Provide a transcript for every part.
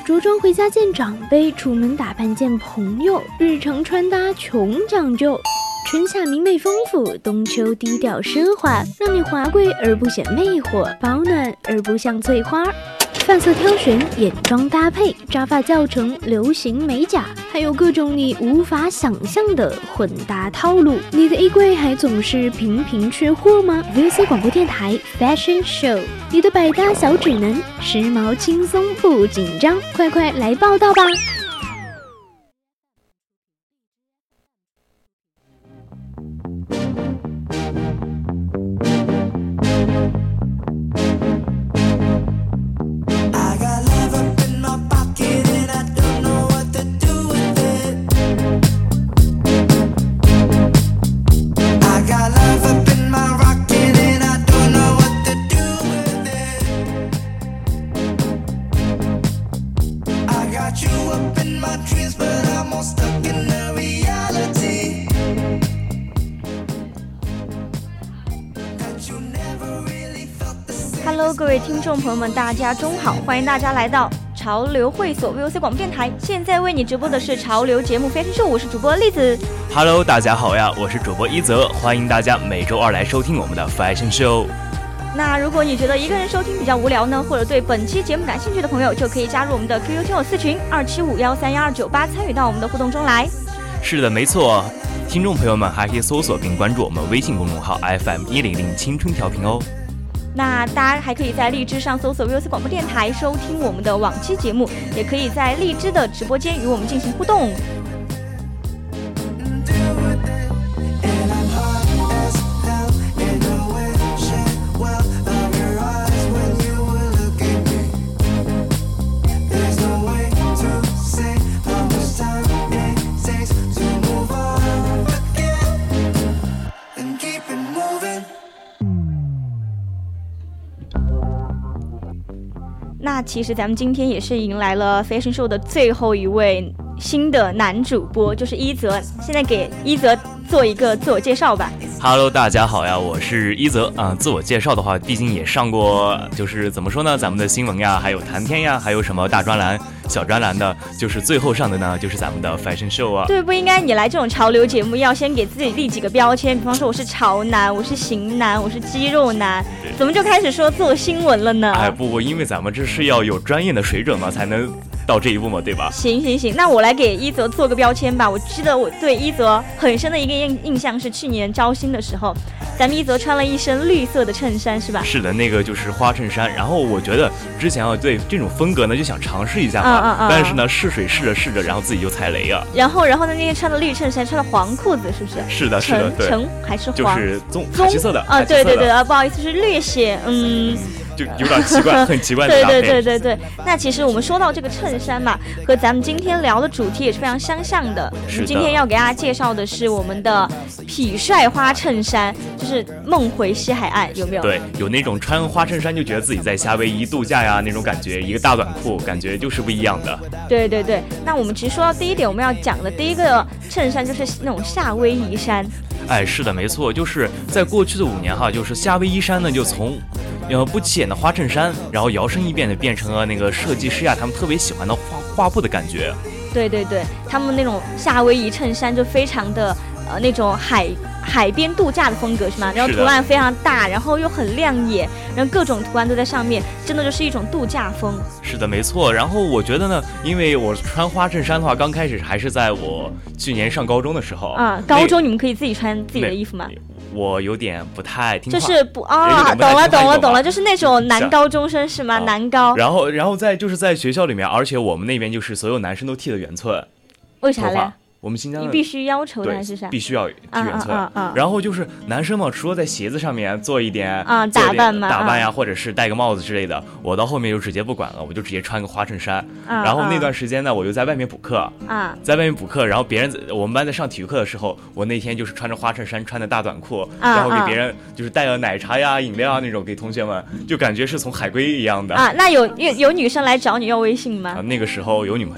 着装回家见长辈，出门打扮见朋友，日常穿搭穷讲究。春夏明媚丰富，冬秋低调奢华，让你华贵而不显魅惑，保暖而不像翠花。发色挑选，眼妆搭配，扎发教程，流行美甲，还有各种你无法想象的混搭套路。你的衣柜还总是频频缺货吗？ VOC 广播电台 Fashion Show， 你的百搭小指南，时髦轻松不紧张，快快来报道吧！ Hello， 各位听众朋友们，大家中好，欢迎大家来到潮流会所 VOC 广播电台。现在为你直播的是潮流节目 Fashion Show， 我是主播栗子。 Hello， 大家好呀，我是主播一泽，欢迎大家每周二来收听我们的 Fashion Show。 那如果你觉得一个人收听比较无聊呢，或者对本期节目感兴趣的朋友，就可以加入我们的 QQ 听友私群275131298，参与到我们的互动中来。 是的，没错，听众朋友们还可以搜索并关注我们微信公众号 FM100青春调频哦。 那大家还可以在荔枝上搜索 VOC 广播电台收听我们的往期节目，也可以在荔枝的直播间与我们进行互动。那其实咱们今天也是迎来了 Fashion Show 的最后一位新的男主播，就是一泽。现在给一泽做一个自我介绍吧。 Hello， 大家好呀，我是一泽啊。自我介绍的话，毕竟也上过，就是怎么说呢，咱们的新闻呀，还有谈天呀，还有什么大专栏、小专栏的，就是最后上的呢，就是咱们的 Fashion Show 啊。 对，不应该你来这种潮流节目，要先给自己立几个标签，比方说我是潮男，我是型男，我是肌肉男，怎么就开始说做新闻了呢？ 哎，不，因为咱们这是要有专业的水准嘛，才能到这一步嘛，对吧？ 行，那我来给一泽做个标签吧。我记得我对一泽很深的一个印象是去年招新的时候，咱们一泽穿了一身绿色的衬衫，是吧？ 是的，那个就是花衬衫。然后我觉得之前对这种风格呢就想尝试一下嘛，但是呢试水试着，然后自己就踩雷啊。 然后呢那天穿的绿衬衫，穿的黄裤子，是不是？ 是的，对， 橙还是黄？ 就是卡其色的啊，对，不好意思，是略显就有点奇怪，很奇怪的搭配。 对。那其实我们说到这个衬衫嘛，和咱们今天聊的主题也是非常相像的。我们今天要给大家介绍的是我们的痞帅花衬衫，就是梦回西海岸，有没有？ 对，有那种穿花衬衫就觉得自己在夏威夷度假呀那种感觉，一个大短裤，感觉就是不一样的。 对。那我们其实说到第一点，我们要讲的第一个衬衫就是那种夏威夷衫。 哎，是的，没错，就是在过去的5年哈，就是夏威夷衫呢就从不起眼的花衬衫，然后摇身一变的变成了那个设计师呀他们特别喜欢的画布的感觉。对， 他们那种夏威夷衬衫就非常的那种海边度假的风格，是吗？然后图案非常大，然后又很亮眼，然后各种图案都在上面，真的就是一种度假风。 是的，没错。然后我觉得呢，因为我穿花衬衫的话，刚开始还是在我去年上高中的时候啊。 高中你们可以自己穿自己的衣服吗？ 我有点不太听话， 就是不啊，懂了，就是那种男高中生是吗？男高。 然后就是在学校里面，而且我们那边就是所有男生都剃了圆寸。 为啥嘞？ 我们新疆你必须要求的还是啥？ 必须要剃圆寸。然后就是男生嘛，除了在鞋子上面做一点打扮呀，或者是戴个帽子之类的，我到后面就直接不管了，我就直接穿个花衬衫。然后那段时间呢，我就在外面补课然后我们班在上体育课的时候，我那天就是穿着花衬衫，穿着大短裤，然后给别人就是带了奶茶呀、饮料啊那种给同学们，就感觉是从海归一样的。 那有女生来找你要微信吗？ 那个时候有女朋友。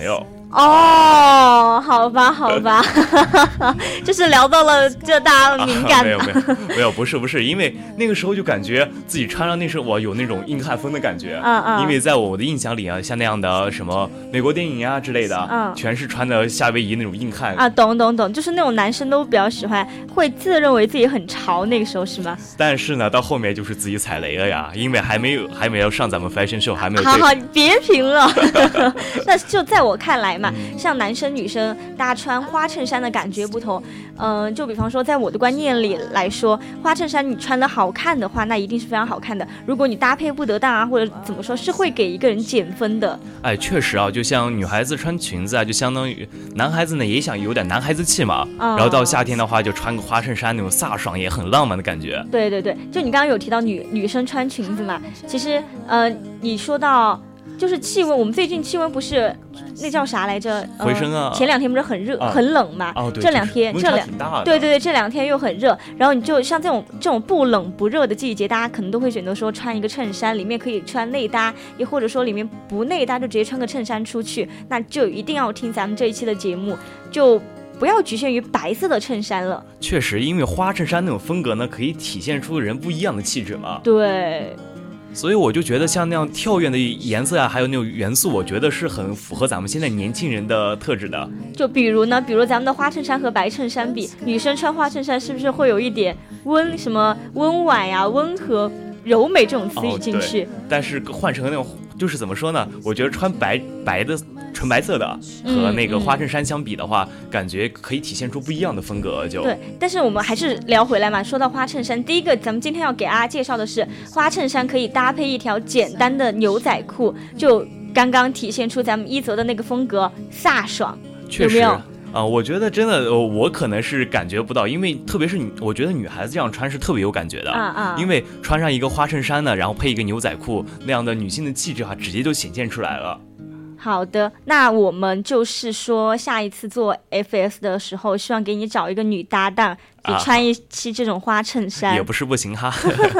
哦，好吧，就是聊到了这大家敏感的、 没有，不是，因为那个时候就感觉自己穿上那身我有那种硬汉风的感觉，因为在我的印象里啊，像那样的什么美国电影啊之类的，全是穿的夏威夷那种硬汉啊，懂，就是那种男生都比较喜欢，会自认为自己很潮，那个时候是吗？ 但是呢，到后面就是自己踩雷了呀，因为还没有上咱们 fashion show， 还没有。 好，你别评了。那就在我看来嘛，像男生女生大家穿花衬衫的感觉不同，就比方说在我的观念里来说，花衬衫你穿的好看的话，那一定是非常好看的。如果你搭配不得当啊，或者怎么说，是会给一个人减分的。 哎，确实啊，就像女孩子穿裙子啊，就相当于男孩子呢也想有点男孩子气嘛，然后到夏天的话就穿个花衬衫，那种飒爽也很浪漫的感觉。 对，就你刚刚有提到女生穿裙子嘛，其实你说到就是气温，我们最近气温不是那叫啥来着？ 回升啊！ 前2天不是很热、很冷嘛？ 对， 这2天对，这2天又很热。然后你就像这种不冷不热的季节，大家可能都会选择说穿一个衬衫，里面可以穿内搭，也或者说里面不内搭就直接穿个衬衫出去。那就一定要听咱们这一期的节目，就不要局限于白色的衬衫了。 确实，因为花衬衫那种风格呢，可以体现出人不一样的气质嘛。 对。 所以我就觉得像那样跳跃的颜色啊，还有那种元素，我觉得是很符合咱们现在年轻人的特质的。 就比如咱们的花衬衫和白衬衫比，女生穿花衬衫是不是会有一点温婉呀、温和、柔美这种词语进去？ 但是换成那种就是怎么说呢？我觉得穿白的纯白色的和那个花衬衫相比的话，感觉可以体现出不一样的风格。就对，但是我们还是聊回来嘛。说到花衬衫，第一个咱们今天要给大家介绍的是花衬衫可以搭配一条简单的牛仔裤，就刚刚体现出咱们一泽的那个风格飒爽，有没有？ 我觉得真的，我可能是感觉不到，因为特别是我觉得女孩子这样穿是特别有感觉的，因为穿上一个花衬衫呢，然后配一个牛仔裤，那样的女性的气质直接就显现出来了。 好的，那我们就是说下一次做 FS 的时候，希望给你找一个女搭档，你穿一期这种花衬衫， 也不是不行哈。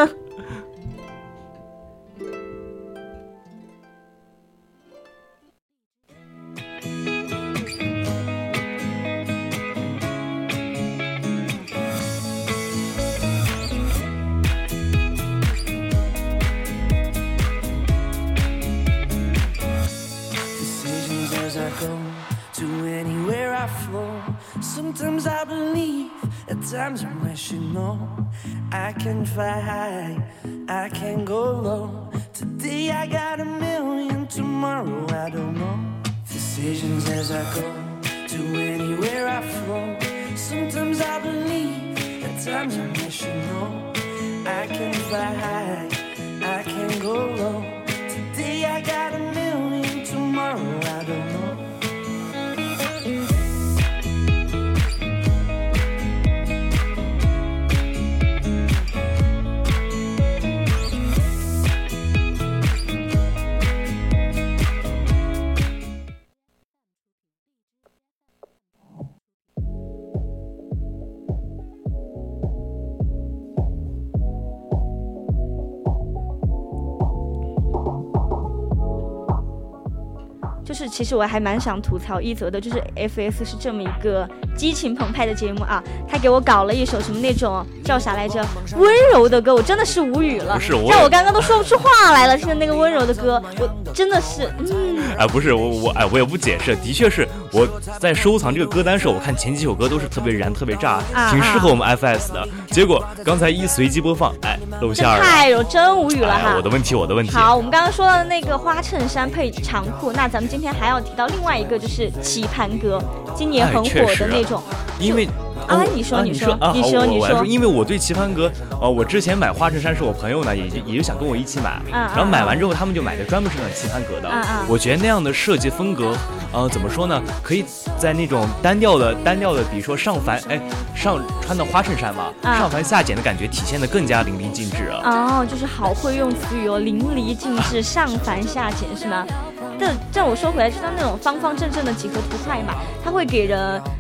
Sometimes I believe, at times I wish you know I can fly high, I can go low. Today I got 1,000,000, tomorrow I don't know. Decisions as I go, to anywhere I flow. Sometimes I believe, at times I wish you know I can fly high, I can go low. Today I got 1,000,000, tomorrow I don't know. 就是其实我还蛮想吐槽一泽的，就是 FS 是这么一个激情澎湃的节目啊，他给我搞了一首什么那种叫啥来着温柔的歌，我真的是无语了， 不是让我刚刚都说不出话来了。现在那个温柔的歌，我真的是不是我也不解释，的确是我在收藏这个歌单时候，我看前几首歌都是特别燃特别炸，挺适合我们 FS 的，结果刚才一随机播放，露馅了， 太有真无语了哈。 我的问题。 好，我们刚刚说到的那个花衬衫配长裤，那咱们今天还要提到另外一个，就是棋盘格，今年很火的那种， 因为你说， 因为我对棋盘格，我之前买花衬衫是我朋友呢，也就想跟我一起买，然后买完之后他们就买的专门是那种棋盘格的，我觉得那样的设计风格，怎么说呢，可以在那种单调的，比如说上穿的花衬衫嘛，上繁下简的感觉体现的更加淋漓尽致啊。就是好会用词语哦，淋漓尽致，上繁下简是吗？这我说回来，就像那种方方正正的几何图块嘛，它会给人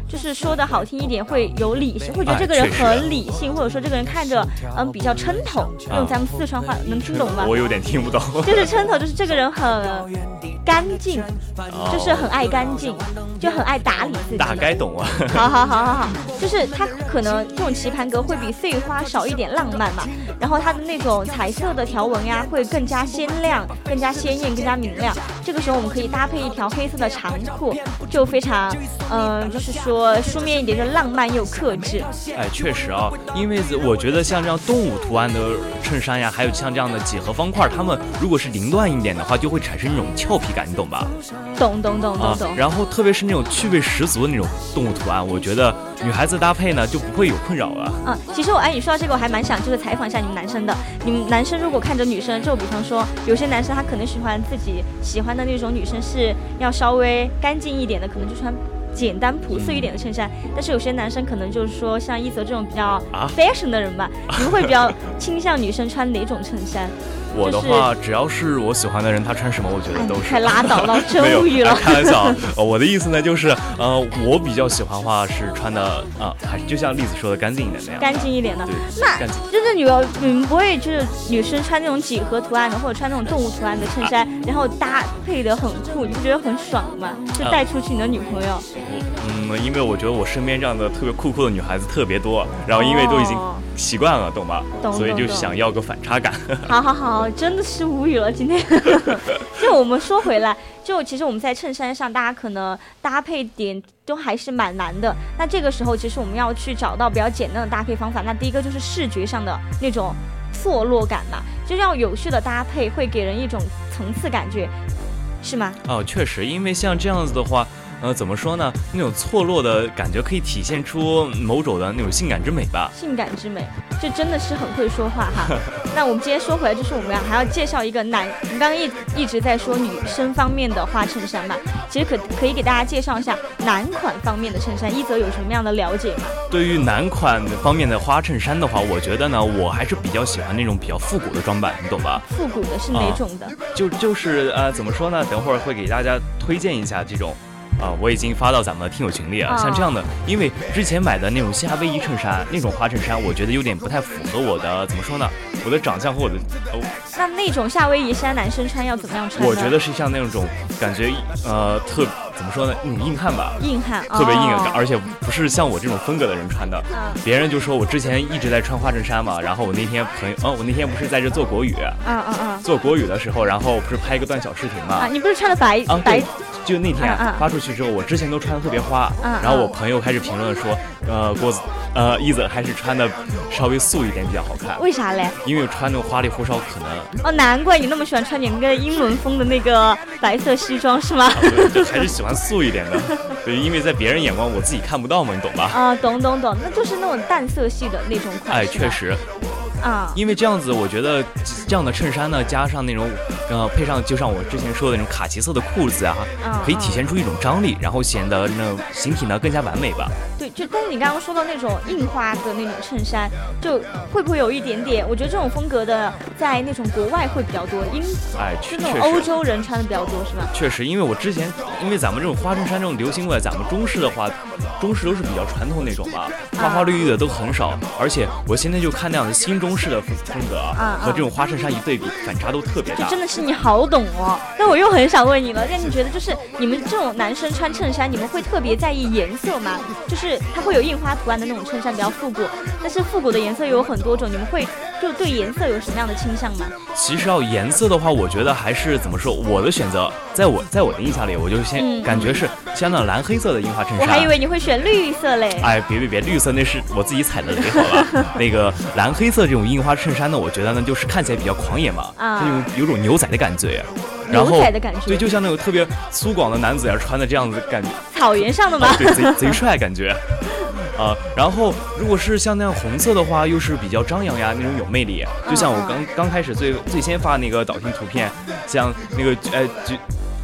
就是说的好听一点会有理性，会觉得这个人很理性，或者说这个人看着比较抻头，用咱们四川话能听懂吗？ 我有点听不懂。 就是抻头，就是这个人很干净，就是很爱干净，就很爱打理自己。 大概懂啊。 好，就是他可能这种棋盘格会比碎花少一点浪漫嘛，然后他的那种彩色的条纹呀会更加鲜亮、更加鲜艳、更加明亮。这个时候我们可以搭配一条黑色的长裤，就非常就是说书面一点，就浪漫又克制。 确实啊，因为我觉得像这样动物图案的衬衫呀，还有像这样的几何方块，它们如果是凌乱一点的话，就会产生那种俏皮感，你懂吧？ 懂。 然后特别是那种趣味十足的那种动物图案，我觉得女孩子搭配呢就不会有困扰了。 其实你说到这个，我还蛮想就是采访一下你们男生的。你们男生如果看着女生，就比方说有些男生他可能喜欢自己喜欢的那种女生是要稍微干净一点的，可能就穿简单朴素一点的衬衫，但是有些男生可能就是说像一泽这种比较 fashion 的人吧，你们会比较倾向女生穿哪种衬衫？ 我的话，只要是我喜欢的人，他穿什么，我觉得都是。 太拉倒了，真无语了。 开玩笑，我的意思呢，就是我比较喜欢的话是穿的还是就像栗子说的干净一点那样。 干净一点的， 对， 那就是你们不会就是女生穿那种几何图案的，或者穿那种动物图案的衬衫，然后搭配的很酷，你不觉得很爽吗？就带出去你的女朋友。 因为我觉得我身边这样的特别酷的女孩子特别多，然后因为都已经习惯了，懂吧？所以就想要个反差感。 好，真的是无语了今天。就我们说回来，就其实我们在衬衫上，大家可能搭配点都还是蛮难的。那这个时候，其实我们要去找到比较简单的搭配方法。那第一个就是视觉上的那种错落感嘛，就要有序的搭配，会给人一种层次感觉，是吗？ 确实，因为像这样子的话。怎么说呢？那种错落的感觉可以体现出某种的那种性感之美吧。 性感之美，这真的是很会说话哈。那我们今天说回来，就是我们还要介绍一个我们刚刚一直在说女生方面的花衬衫嘛，其实可以给大家介绍一下男款方面的衬衫。一泽有什么样的了解吗？ 对于男款方面的花衬衫的话，我觉得呢，我还是比较喜欢那种比较复古的装扮，你懂吧？ 复古的是哪种的？ 就是怎么说呢？等会儿会给大家推荐一下这种。我已经发到咱们的听友群里了。像这样的，因为之前买的那种夏威夷衬衫，那种花衬衫，我觉得有点不太符合我的怎么说呢？我的长相和我的那种夏威夷衫男生穿要怎么样穿呢？ 我觉得是像那种感觉怎么说呢？硬汉吧， 硬汉， 特别硬，而且不是像我这种风格的人穿的。别人就说我之前一直在穿花衬衫嘛，然后我那天不是在这做国语，做国语的时候，然后不是拍一个段小视频嘛？ 你不是穿的白？ 就那天发出去之后，我之前都穿的特别花，然后我朋友开始评论说，一泽还是穿的稍微素一点比较好看。 为啥嘞？ 因为穿那种花里胡哨可能。 难怪你那么喜欢穿点那个英伦风的那个白色西装是吗？ 就还是喜欢素一点的。对，因为在别人眼光我自己看不到嘛，你懂吧？ 懂，那就是那种淡色系的那种款式。 确实。因为这样子，我觉得这样的衬衫呢，加上那种配上就像我之前说的那种卡其色的裤子可以体现出一种张力，然后显得那形体呢更加完美吧。 对，但是你刚刚说到那种印花的那种衬衫，就会不会有一点点？我觉得这种风格的在那种国外会比较多，就那种欧洲人穿的比较多，是吧？ 确实，因为咱们这种花衬衫这种流行过来，咱们中式的话，中式都是比较传统那种吧，花花绿绿的都很少，而且我现在就看那样的新中式的风格和这种花衬衫一对比，反差都特别大。 就真的是你好懂哦。那我又很想问你了，那你觉得就是你们这种男生穿衬衫，你们会特别在意颜色吗？就是它会有印花图案的那种衬衫比较复古，但是复古的颜色有很多种，你们会就对颜色有什么样的倾向吗？ 其实颜色的话，我觉得还是怎么说，我的选择，在我的印象里，我就先感觉是像那蓝黑色的印花衬衫。 我还以为你会选绿色嘞。 别，绿色那是我自己踩的雷好了。那个蓝黑色这种印花衬衫呢，我觉得呢就是看起来比较狂野嘛，有种牛仔的感觉。然后牛仔的感觉， 对，就像那种特别粗犷的男子穿的这样子感觉。 草原上的吗？ 对，贼帅感觉。然后如果是像那样红色的话，又是比较张扬呀，那种有魅力。就像我刚开始最先发那个导听图片，像那个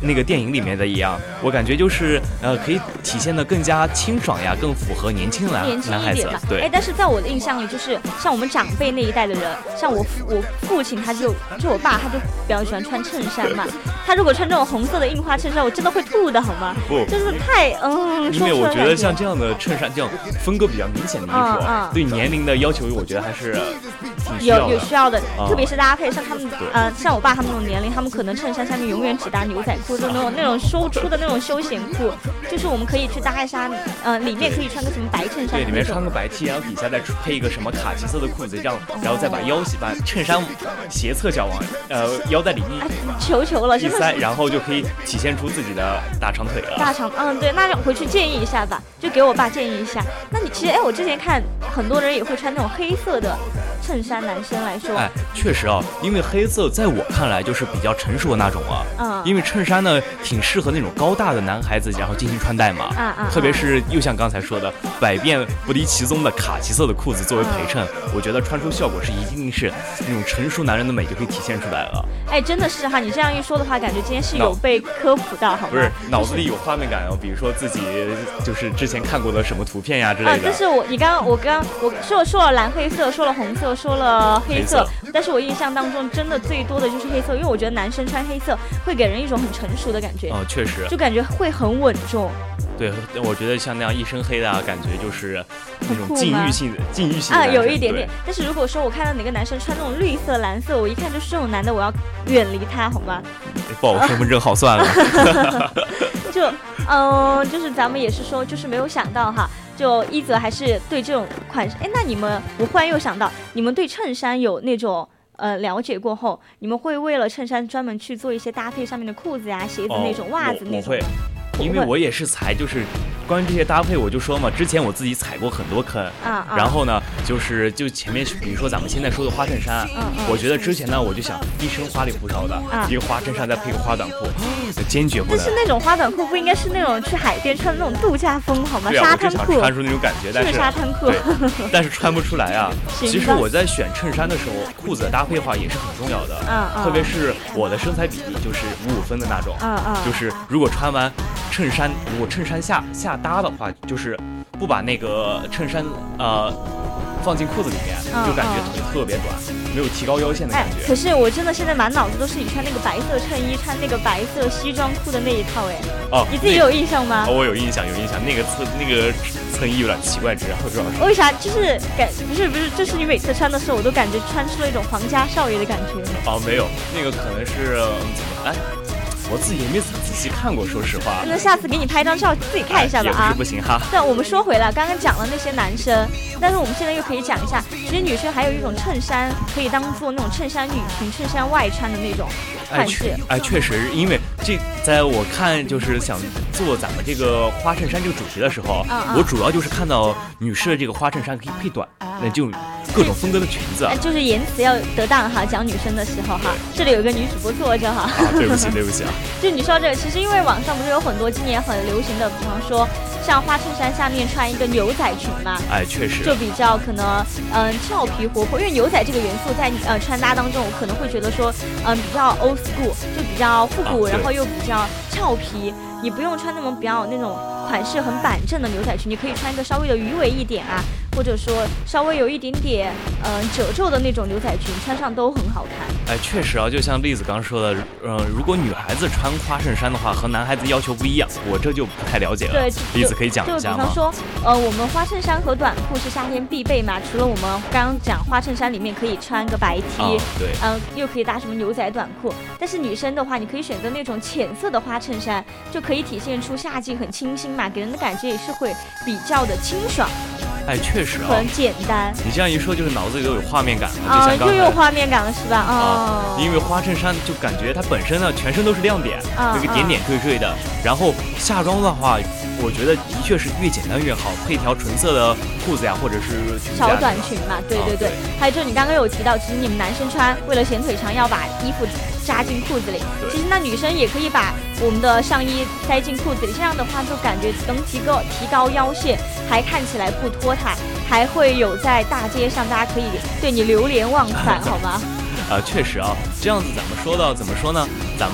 那个电影里面的一样，我感觉就是可以体现的更加清爽呀，更符合年轻男孩子。对， 但是在我的印象里，就是像我们长辈那一代的人，像我父亲，他就我爸，他就比较喜欢穿衬衫嘛。他如果穿这种红色的印花衬衫，我真的会吐的好吗？ 不， 就是太因为我觉得像这样的衬衫，这样风格比较明显的衣服，对年龄的要求，我觉得还是有需要的，特别是搭配像他们像我爸他们那种年龄，他们可能衬衫下面永远只搭牛仔裤，就那种收出的那种休闲裤，就是我们可以去搭一下，里面可以穿个什么白衬衫， 对，里面穿个白 T， 然后底下再配一个什么卡其色的裤子，这样，然后再把衬衫斜侧脚往腰带里求了， 一塞，然后就可以体现出自己的大长腿了。 对，那回去建议一下吧，就给我爸建议一下。那你其实我之前看很多人也会穿那种黑色的衬衫，男生来说， 确实因为黑色在我看来就是比较成熟的那种因为衬衫呢挺适合那种高大的男孩子，然后进行穿戴嘛，特别是又像刚才说的百变不离其宗的卡其色的裤子作为陪衬，我觉得穿出效果是一定是那种成熟男人的美就可以体现出来了。 真的是哈，你这样一说的话，感觉今天是有被科普到，好吗？ 不是，脑子里有画面感比如说自己就是之前看过的什么图片呀之类的。 但是我说了蓝黑色，说了红色，说了黑色，但是我印象当中真的最多的就是黑色，因为我觉得男生穿黑色会给人一种很成熟的感觉。 确实， 就感觉会很稳重。 对，我觉得像那样一身黑的感觉就是那种禁欲性有一点点。但是如果说我看到哪个男生穿那种绿色、蓝色，我一看就是这种男的，我要远离他，好吗？ 报我身份证号算了。 就是咱们也是说，就是没有想到哈，就一则还是对这种款式。那你们，我忽然又想到，你们对衬衫有那种了解过后，你们会为了衬衫专门去做一些搭配上面的裤子呀、鞋子那种、袜子那种？ 我会。因为我也是就是关于这些搭配，我就说嘛，之前我自己踩过很多坑然后呢，就前面比如说咱们现在说的花衬衫，我觉得之前呢，我就想一身花里胡哨的，一个花衬衫再配个花短裤，坚决不能。 但是那种花短裤不应该是那种去海边穿的那种度假风好吗？ 对沙滩裤， 我就想穿出那种感觉，但是沙滩裤， 但是穿不出来其实我在选衬衫的时候，裤子的搭配的话也是很重要的，特别是我的身材比例就是55分的那种，就是如果穿完衬衫，如果衬衫下搭的话，就是不把那个衬衫放进裤子里面，就感觉腿特别短，没有提高腰线的感觉。 可是我真的现在满脑子都是你穿那个白色衬衣，穿那个白色西装裤的那一套你自己有印象吗？ 我有印象，那个衬衣有点奇怪，主要是为啥？就是不是，就是你每次穿的时候，我都感觉穿出了一种皇家少爷的感觉。 没有，那个可能是我自己也没仔细看过，说实话。 那下次给你拍张照，自己看一下吧也不是不行哈。 但我们说回来，刚刚讲了那些男生，但是我们现在又可以讲一下，其实女生还有一种衬衫，可以当做那种衬衫女裙、衬衫外穿的那种款式。 确实，因为在我看就是想做咱们这个花衬衫这个主题的时候，我主要就是看到女士的这个花衬衫可以配短，那就各种风格的裙子， 就是言辞要得当哈，讲女生的时候哈。这里有一个女主播坐着哈。 对不起就你说这个，其实因为网上不是有很多今年很流行的，比方说像花衬衫下面穿一个牛仔裙嘛， 确实就比较可能俏皮活泼，因为牛仔这个元素在穿搭当中，我可能会觉得说比较 old school， 就比较复古，然后又比较俏皮。你不用穿那种比较那种款式很板正的牛仔裙，你可以穿一个稍微的鱼尾一点或者说稍微有一点点褶皱的那种牛仔裙，穿上都很好看。 确实就像栗子刚说的，如果女孩子穿花衬衫的话，和男孩子要求不一样，我这就不太了解了。 对， 栗子可以讲一下吗？ 就比方说，我们花衬衫和短裤是夏天必备嘛，除了我们刚刚讲花衬衫里面可以穿个白 T， 对， 又可以搭什么牛仔短裤，但是女生的话，你可以选择那种浅色的花衬衫，就可以体现出夏季很清新嘛，给人的感觉也是会比较的清爽。 确实很简单。 你这样一说，就是脑子里都有画面感了，就像又有画面感了是吧？ 因为花衬衫就感觉它本身呢全身都是亮点，那个点点缀缀的。然后夏装的话，我觉得的确是越简单越好，配条纯色的裤子呀，或者是小短裙嘛。对。还有就是你刚刚有提到，其实你们男生穿为了显腿长要把衣服扎进裤子里，其实那女生也可以把我们的上衣塞进裤子里，这样的话就感觉能提高腰线，还看起来不拖沓，还会有在大街上大家可以对你流连忘返好吗？ 确实这样子咱们说到怎么说呢？咱们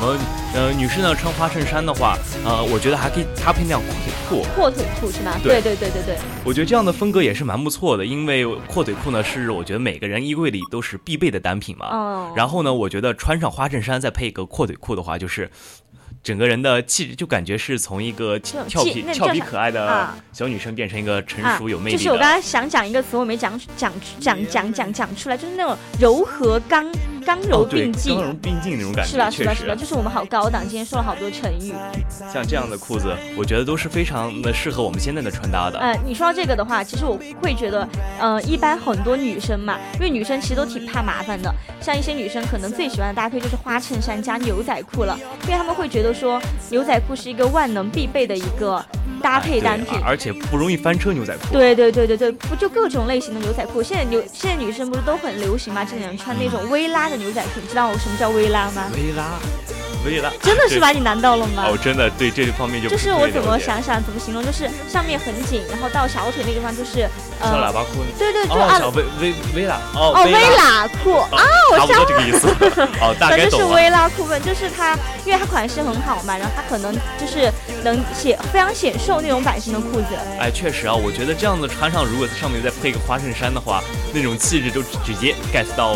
女士呢穿花衬衫的话，我觉得还可以搭配那样阔腿裤是吧？对。 我觉得这样的风格也是蛮不错的，因为阔腿裤呢是我觉得每个人衣柜里都是必备的单品嘛。然后呢，我觉得穿上花衬衫再配一个阔腿裤的话，就是整个人的气质就感觉是从一个俏皮可爱的小女生变成一个成熟有魅力的。 就是我刚才想讲一个词，我没讲出来，就是那种柔和刚柔并济， 刚柔并济那种感觉。 是的，就是我们好高档，今天说了好多成语。 像这样的裤子，我觉得都是非常的适合我们现在的穿搭的。 你说到这个的话，其实我会觉得，一般很多女生嘛，因为女生其实都挺怕麻烦的。像一些女生可能最喜欢的搭配就是花衬衫加牛仔裤了，因为她们会觉得说牛仔裤是一个万能必备的一个搭配单品， 而且不容易翻车。牛仔裤， 对，不就各种类型的牛仔裤。现在女生不是都很流行吗？这种穿那种微拉的牛仔裤，你知道什么叫微拉吗？ 微拉， 真的是把你难到了吗？ 真的，对这方面就是我怎么想怎么形容，就是上面很紧，然后到小腿那地方就是小喇叭裤。 对，就小微拉微拉裤我差不多这个意思。大概懂了。 就是微拉裤分，就是它，因为它款式很好嘛，然后它可能就是能非常显瘦那种版型的裤子。 确实我觉得这样的穿上，如果在上面再配一个花衬衫的话，那种气质就直接 get 到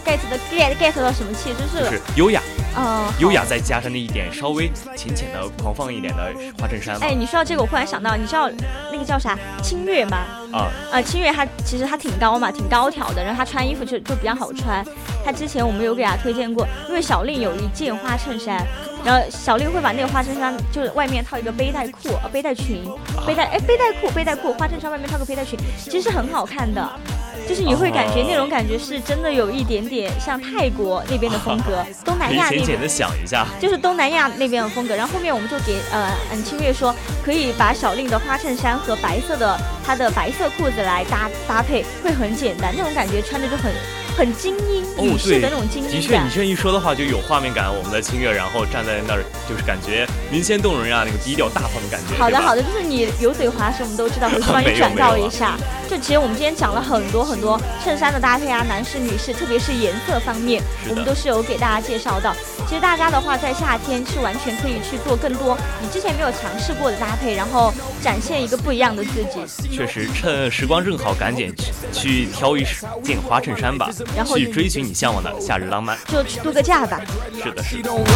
get 到什么气质？ 就是优雅。优雅再加上那一点稍微浅浅的狂放一点的花衬衫。 你说到这个，我忽然想到，你知道那个叫啥清月吗？清月其实她挺高嘛，挺高挑的，然后她穿衣服就比较好穿。她之前我们有给她推荐过，因为小令有一件花衬衫，然后小令会把那个花衬衫就是外面套一个背带裤、背带裙、背带裤，花衬衫外面套个背带裙，其实很好看的。就是你会感觉那种感觉是真的有一点点像泰国那边的风格，东南亚那边。 浅浅的想一下， 就是东南亚那边的风格。然后后面我们就给清月说，可以把小令的花衬衫和她的白色裤子来搭配，会很简单，那种感觉穿着就很精英女士的那种精英感。 的确，你这一说的话就有画面感。我们的清月，然后站在那儿，就是感觉明显动人那个低调大方的感觉。 好的，就是你油嘴滑舌，我们都知道，回去帮你转告一下。就其实我们今天讲了很多衬衫的搭配男士女士，特别是颜色方面，我们都是有给大家介绍到。其实大家的话，在夏天是完全可以去做更多你之前没有尝试过的搭配，然后展现一个不一样的自己。 确实，趁时光正好，赶紧去挑一件花衬衫吧，然后去追寻你向往的夏日浪漫， 就去度个假吧。 是的。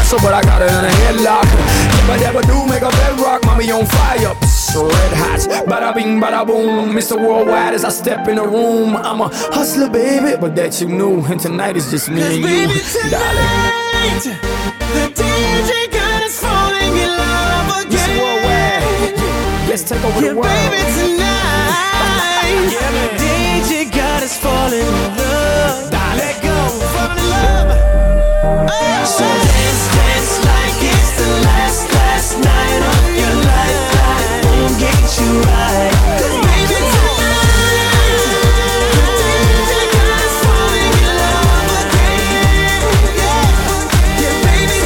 Red hot, bada bing, bada boom. Mr. Worldwide as I step in the room. I'm a hustler, baby, but that you knew. And tonight is just me and you, darling. The DJ God is falling in love again. Mr. Worldwide, let's take over the world. Baby, tonight, the DJ God is falling in love. Let go, fall in love. So dance like it's the last night of your life. Get you right, baby, tonight. The DJ God is falling in love again. Yeah, baby,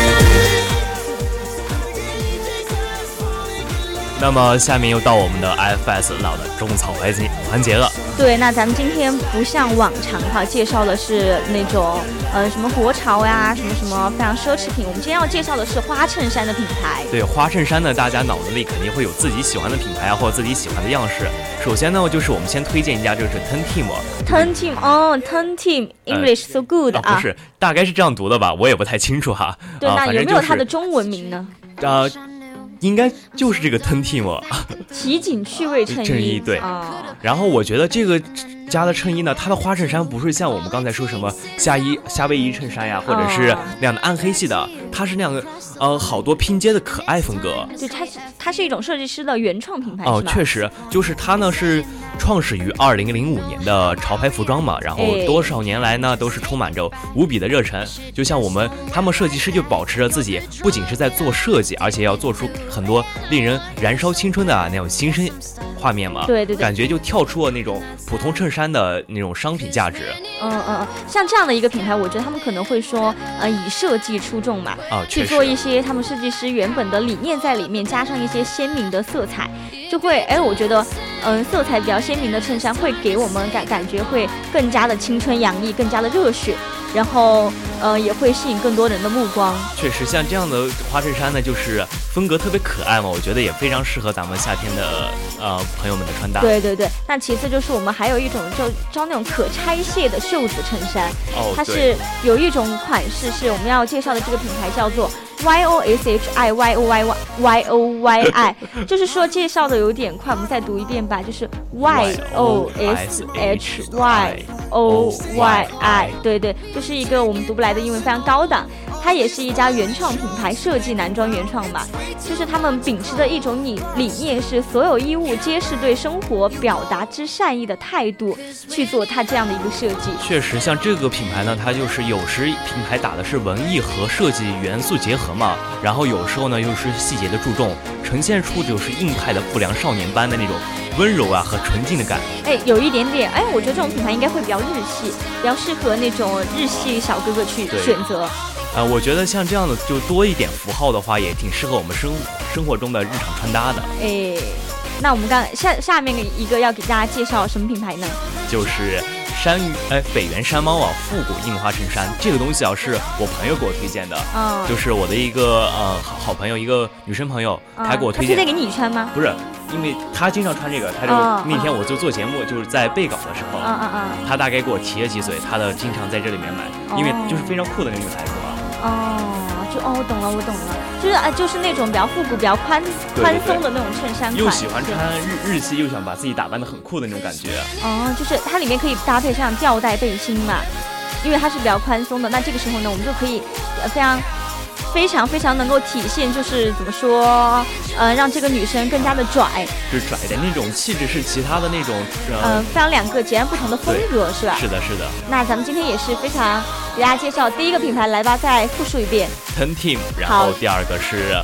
tonight. 那么下面又到我们的 FS 老的种草环节了。 对，那咱们今天不像往常介绍的是那种什么国潮呀，什么非常奢侈品。我们今天要介绍的是花衬衫的品牌。 对，花衬衫呢，大家脑子里肯定会有自己喜欢的品牌或者自己喜欢的样式。首先呢，就是我们先推荐一家，就是 Turn Team English so good 不是，大概是这样读的吧，我也不太清楚哈。 对，那有没有它的中文名呢？ 应该就是这个 Turn Team 奇景趣味衬衣。 对。然后我觉得这个家的衬衣呢，它的花衬衫不是像我们刚才说什么夏威夷衬衫呀，或者是那样的暗黑系的，它是那样的好多拼接的可爱风格。 对，它是一种设计师的原创品牌。 确实，就是它呢是创始于2005年的潮牌服装嘛，然后多少年来呢都是充满着无比的热忱。就像他们设计师就保持着自己不仅是在做设计，而且要做出很多令人燃烧青春的那种新生画面嘛。 对， 感觉就跳出了那种普通衬衫的那种商品价值。 像这样的一个品牌，我觉得他们可能会说以设计出众嘛，去做一些他们设计师原本的理念在里面，加上一些鲜明的色彩，就会我觉得色彩比较鲜明的衬衫会给我们感觉会更加的青春洋溢，更加的热血。然后也会吸引更多人的目光。 确实，像这样的花衬衫呢，就是风格特别可爱嘛，我觉得也非常适合咱们夏天的朋友们的穿搭。 对对对，那其次就是我们还有一种招那种可拆卸的袖子衬衫，它是有一种款式是我们要介绍的这个品牌叫做YOSHIYOYY， 就是说介绍的有点快，我们再读一遍吧，就是 YOSHYOYI， 对对，就是一个我们读不来的英文，非常高档。它也是一家原创品牌，设计男装原创吧，就是他们秉持的一种理念是所有衣物皆是对生活表达之善意的态度去做它这样的一个设计。 确实，像这个品牌呢，它就是有时品牌打的是文艺和设计元素结合嘛，然后有时候呢又是细节的注重，呈现出就是硬派的不良少年般的那种温柔啊和纯净的感。 有一点点，我觉得这种品牌应该会比较日系，比较适合那种日系小哥哥去选择。 我觉得像这样的就多一点符号的话，也挺适合我们生活中的日常穿搭的。 那我们下面一个要给大家介绍什么品牌呢？ 就是北原山猫啊，复古印花衬衫。这个东西啊，是我朋友给我推荐的，就是我的一个好朋友，一个女生朋友，她给我推荐。 她推荐给你穿吗？ 不是，因为她经常穿这个，她就那天我就做节目，就是在备稿的时候，她大概给我提了几嘴，她的经常在这里面买，因为就是非常酷的那个牌子嘛。 我懂了，就是那种比较复古、比较宽松的那种衬衫款， 又喜欢穿日系，又想把自己打扮得很酷的那种感觉。 就是它里面可以搭配上吊带背心嘛，因为它是比较宽松的。那这个时候呢，我们就可以非常能够体现，就是怎么说，让这个女生更加的拽， 就是拽的那种气质是其他的那种， 非常两个截然不同的风格，是吧？ 是的。 那咱们今天也是非常给大家介绍第一个品牌，来吧，再复述一遍。 Team， 然后第二个是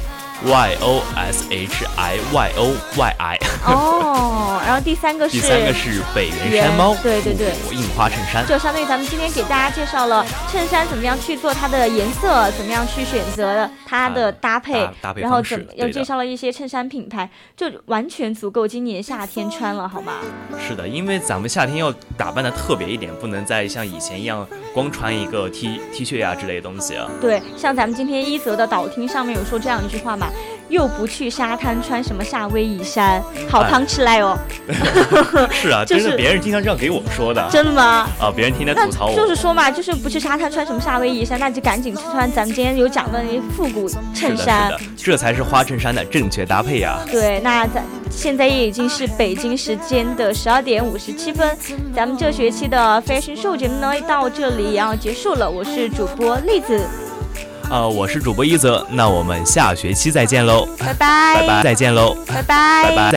YOSHIYOYI。 然后第三个是北原山猫， 对， 印花衬衫。 就相当于咱们今天给大家介绍了衬衫怎么样去做它的颜色，怎么样去选择它的搭配，然后又介绍了一些衬衫品牌，就完全足够今年夏天穿了，好吗？ 是的，因为咱们夏天要打扮的特别一点，不能再像以前一样光穿一个 T 恤呀之类的东西啊。 对，像咱们今天一则的导听上面有说这样一句话嘛，又不去沙滩穿什么夏威夷衫，好汤吃来哦。 是啊，真的，别人经常这样给我说的。 真的吗？ 别人天天吐槽我。 就是说嘛，就是不去沙滩穿什么夏威夷衫，那就赶紧穿咱们今天有讲的那些复古衬衫。 是的，这才是花衬衫的正确搭配呀。 对，那现在也已经是北京时间的12点57分，咱们这学期的 Fashion Show 节目呢到这里也要结束了。我是主播栗子。 我是主播一泽，那我们下学期再见喽， 拜拜， 再见喽， 拜拜。